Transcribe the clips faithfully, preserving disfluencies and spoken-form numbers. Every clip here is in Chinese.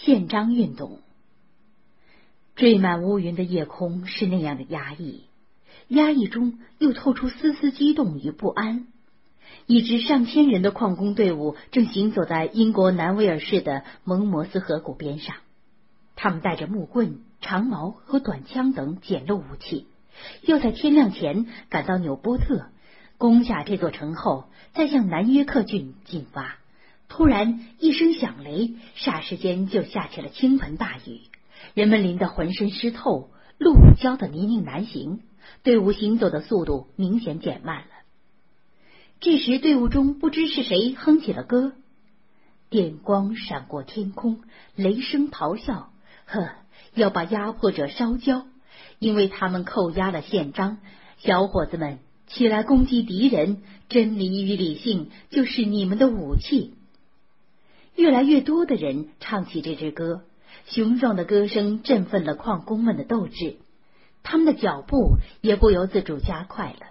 宪章运动。缀满乌云的夜空是那样的压抑，压抑中又透出丝丝激动与不安。一支上千人的矿工队伍正行走在英国南威尔士的蒙摩斯河谷边上，他们带着木棍、长矛和短枪等简陋武器，要在天亮前赶到纽波特，攻下这座城后，再向南约克郡进发。突然一声响雷，霎时间就下起了倾盆大雨，人们淋得浑身湿透，路焦得泥泞难行，队伍行走的速度明显减慢了。这时队伍中不知是谁哼起了歌，电光闪过天空，雷声咆哮，呵，要把压迫者烧焦，因为他们扣押了宪章。小伙子们，起来攻击敌人，真理与理性就是你们的武器。越来越多的人唱起这支歌，雄壮的歌声振奋了矿工们的斗志，他们的脚步也不由自主加快了。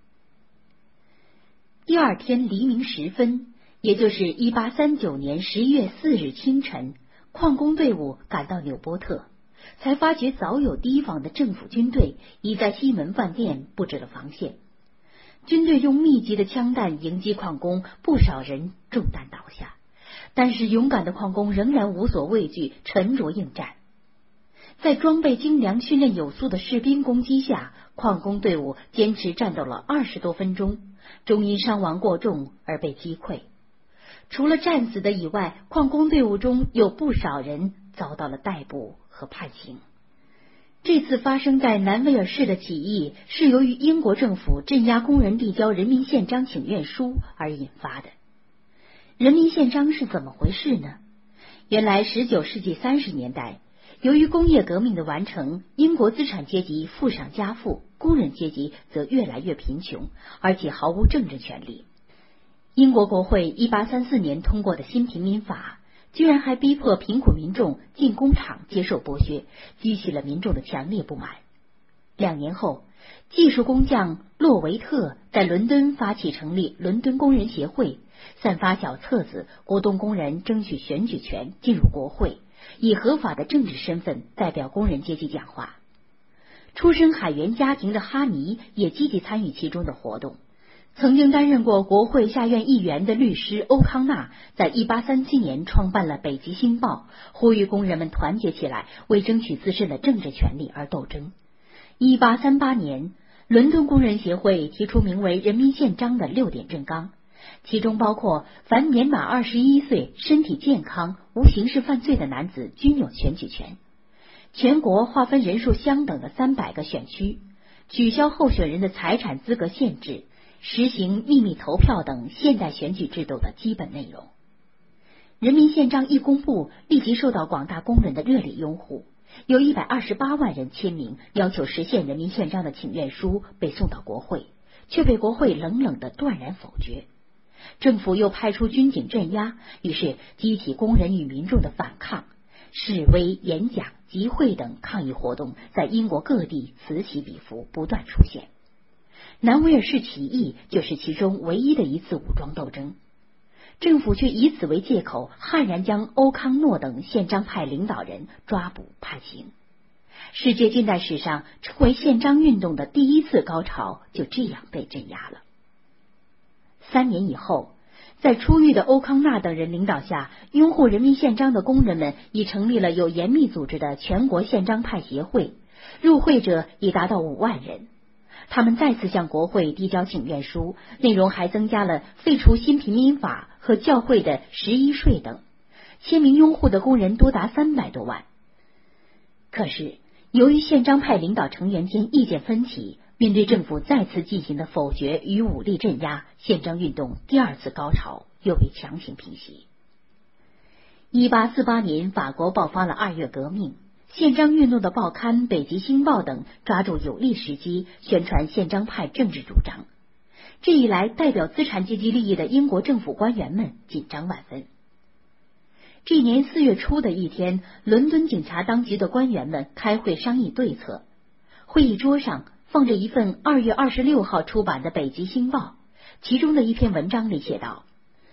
第二天黎明时分，也就是一八三九年十一月四日清晨，矿工队伍赶到纽波特，才发觉早有提防的政府军队已在西门饭店布置了防线。军队用密集的枪弹迎击矿工，不少人中弹倒下，但是勇敢的矿工仍然无所畏惧，沉着应战。在装备精良、训练有素的士兵攻击下，矿工队伍坚持战斗了二十多分钟，终因伤亡过重而被击溃。除了战死的以外，矿工队伍中有不少人遭到了逮捕和判刑。这次发生在南威尔士的起义是由于英国政府镇压工人递交人民宪章请愿书而引发的。人民宪章是怎么回事呢？原来十九世纪三十年代，由于工业革命的完成，英国资产阶级富上加富，工人阶级则越来越贫穷，而且毫无政治权利。英国国会一八三四年通过的新平民法，居然还逼迫贫苦民众进工厂接受剥削，激起了民众的强烈不满。两年后，技术工匠洛维特在伦敦发起成立伦敦工人协会，散发小册子，鼓动工人争取选举权，进入国会，以合法的政治身份代表工人阶级讲话。出身海员家庭的哈尼也积极参与其中的活动。曾经担任过国会下院议员的律师欧康纳，在一八三七年创办了《北极星报》，呼吁工人们团结起来，为争取自身的政治权利而斗争。一八三八年，伦敦工人协会提出名为《人民宪章》的六点政纲，其中包括凡年满二十一岁、身体健康、无刑事犯罪的男子均有选举权。全国划分人数相等的三百个选区，取消候选人的财产资格限制，实行秘密投票等现代选举制度的基本内容。人民宪章一公布，立即受到广大工人的热烈拥护，有一百二十八万人签名，要求实现人民宪章的请愿书被送到国会，却被国会冷冷的断然否决。政府又派出军警镇压，于是激起工人与民众的反抗，示威、演讲、集会等抗议活动在英国各地此起彼伏，不断出现。南威尔士起义就是其中唯一的一次武装斗争，政府却以此为借口，悍然将欧康诺等宪章派领导人抓捕判刑。世界近代史上称为宪章运动的第一次高潮就这样被镇压了。三年以后，在出狱的欧康纳等人领导下，拥护人民宪章的工人们已成立了有严密组织的全国宪章派协会，入会者已达到五万人。他们再次向国会递交请愿书，内容还增加了废除新平民法和教会的十一税等，签名拥护的工人多达三百多万。可是由于宪章派领导成员间意见分歧，面对政府再次进行的否决与武力镇压，宪章运动第二次高潮又被强行平息。一八四八年，法国爆发了二月革命，宪章运动的报刊《北极星报》等抓住有利时机，宣传宪章派政治主张。这一来，代表资产阶级利益的英国政府官员们紧张万分。这一年四月初的一天，伦敦警察当局的官员们开会商议对策。会议桌上放着一份二月二十六号出版的《北极星报》，其中的一篇文章里写道：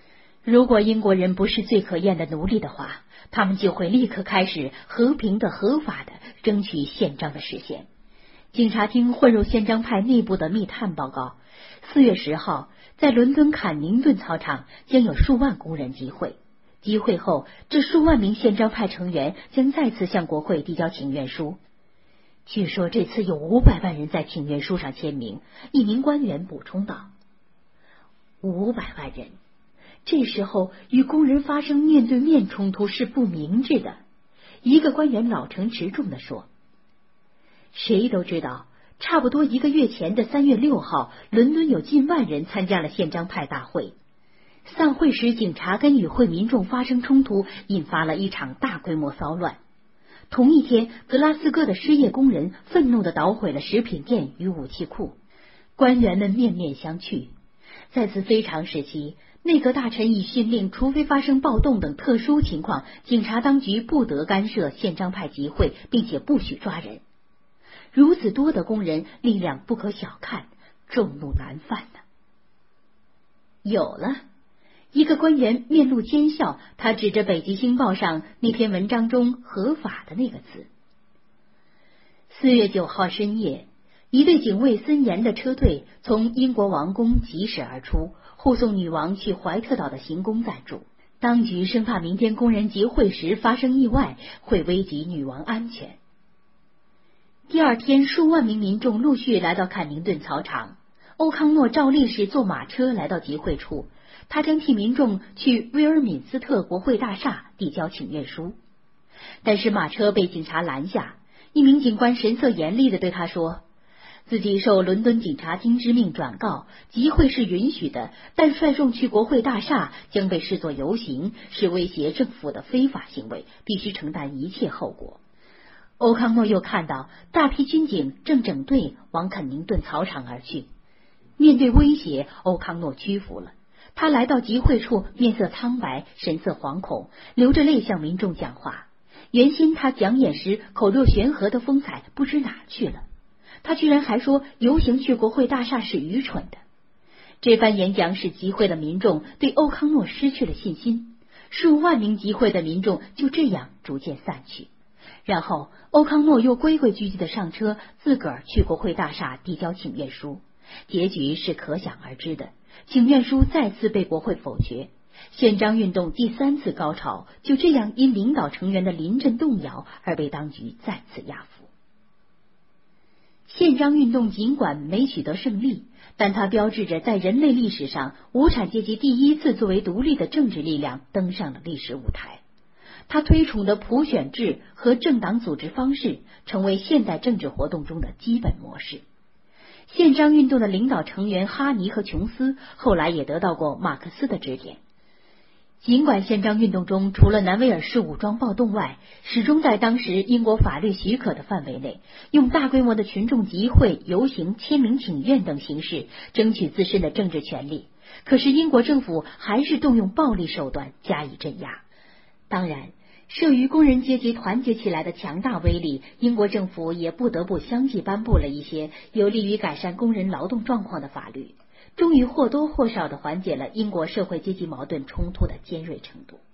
如果英国人不是最可厌的奴隶的话，他们就会立刻开始和平的、合法的争取宪章的实现。警察厅混入宪章派内部的密探报告，四月十号，在伦敦坎宁顿操场将有数万工人集会。集会后，这数万名宪章派成员将再次向国会递交请愿书。据说这次有五百万人在请愿书上签名。一名官员补充道：五百万人。这时候与工人发生面对面冲突是不明智的。一个官员老成持重地说：谁都知道，差不多一个月前的三月六号，伦敦有近万人参加了宪章派大会。散会时，警察跟与会民众发生冲突，引发了一场大规模骚乱。同一天，格拉斯哥的失业工人愤怒地捣毁了食品店与武器库，官员们面面相觑。在此非常时期，内阁大臣已训令，除非发生暴动等特殊情况，警察当局不得干涉宪章派集会，并且不许抓人。如此多的工人，力量不可小看，众怒难犯呢。有了！一个官员面露奸笑，他指着北极星报上那篇文章中合法的那个字。四月九号深夜，一队警卫森严的车队从英国王宫疾驶而出，护送女王去怀特岛的行宫暂住。当局生怕明天工人集会时发生意外，会危及女王安全。第二天，数万名民众陆续来到坎宁顿操场。欧康诺照例是坐马车来到集会处，他将替民众去威尔敏斯特国会大厦递交请愿书。但是马车被警察拦下，一名警官神色严厉地对他说，自己受伦敦警察厅之命转告，集会是允许的，但率众去国会大厦将被视作游行，是威胁政府的非法行为，必须承担一切后果。欧康诺又看到大批军警正整队往肯宁顿操场而去。面对威胁，欧康诺屈服了。他来到集会处，面色苍白，神色惶恐，流着泪向民众讲话。原先他讲演时口若悬河的风采不知哪去了，他居然还说游行去国会大厦是愚蠢的。这番演讲使集会的民众对欧康诺失去了信心，数万名集会的民众就这样逐渐散去。然后欧康诺又规规矩矩地上车，自个儿去国会大厦递交请愿书。结局是可想而知的，请愿书再次被国会否决，宪章运动第三次高潮就这样因领导成员的临阵动摇而被当局再次压服。宪章运动尽管没取得胜利，但它标志着在人类历史上无产阶级第一次作为独立的政治力量登上了历史舞台。它推崇的普选制和政党组织方式成为现代政治活动中的基本模式。宪章运动的领导成员哈尼和琼斯后来也得到过马克思的指点。尽管宪章运动中除了南威尔士武装暴动外，始终在当时英国法律许可的范围内，用大规模的群众集会、游行、签名请愿等形式争取自身的政治权利，可是英国政府还是动用暴力手段加以镇压。当然，慑于工人阶级团结起来的强大威力，英国政府也不得不相继颁布了一些有利于改善工人劳动状况的法律，终于或多或少地缓解了英国社会阶级矛盾冲突的尖锐程度。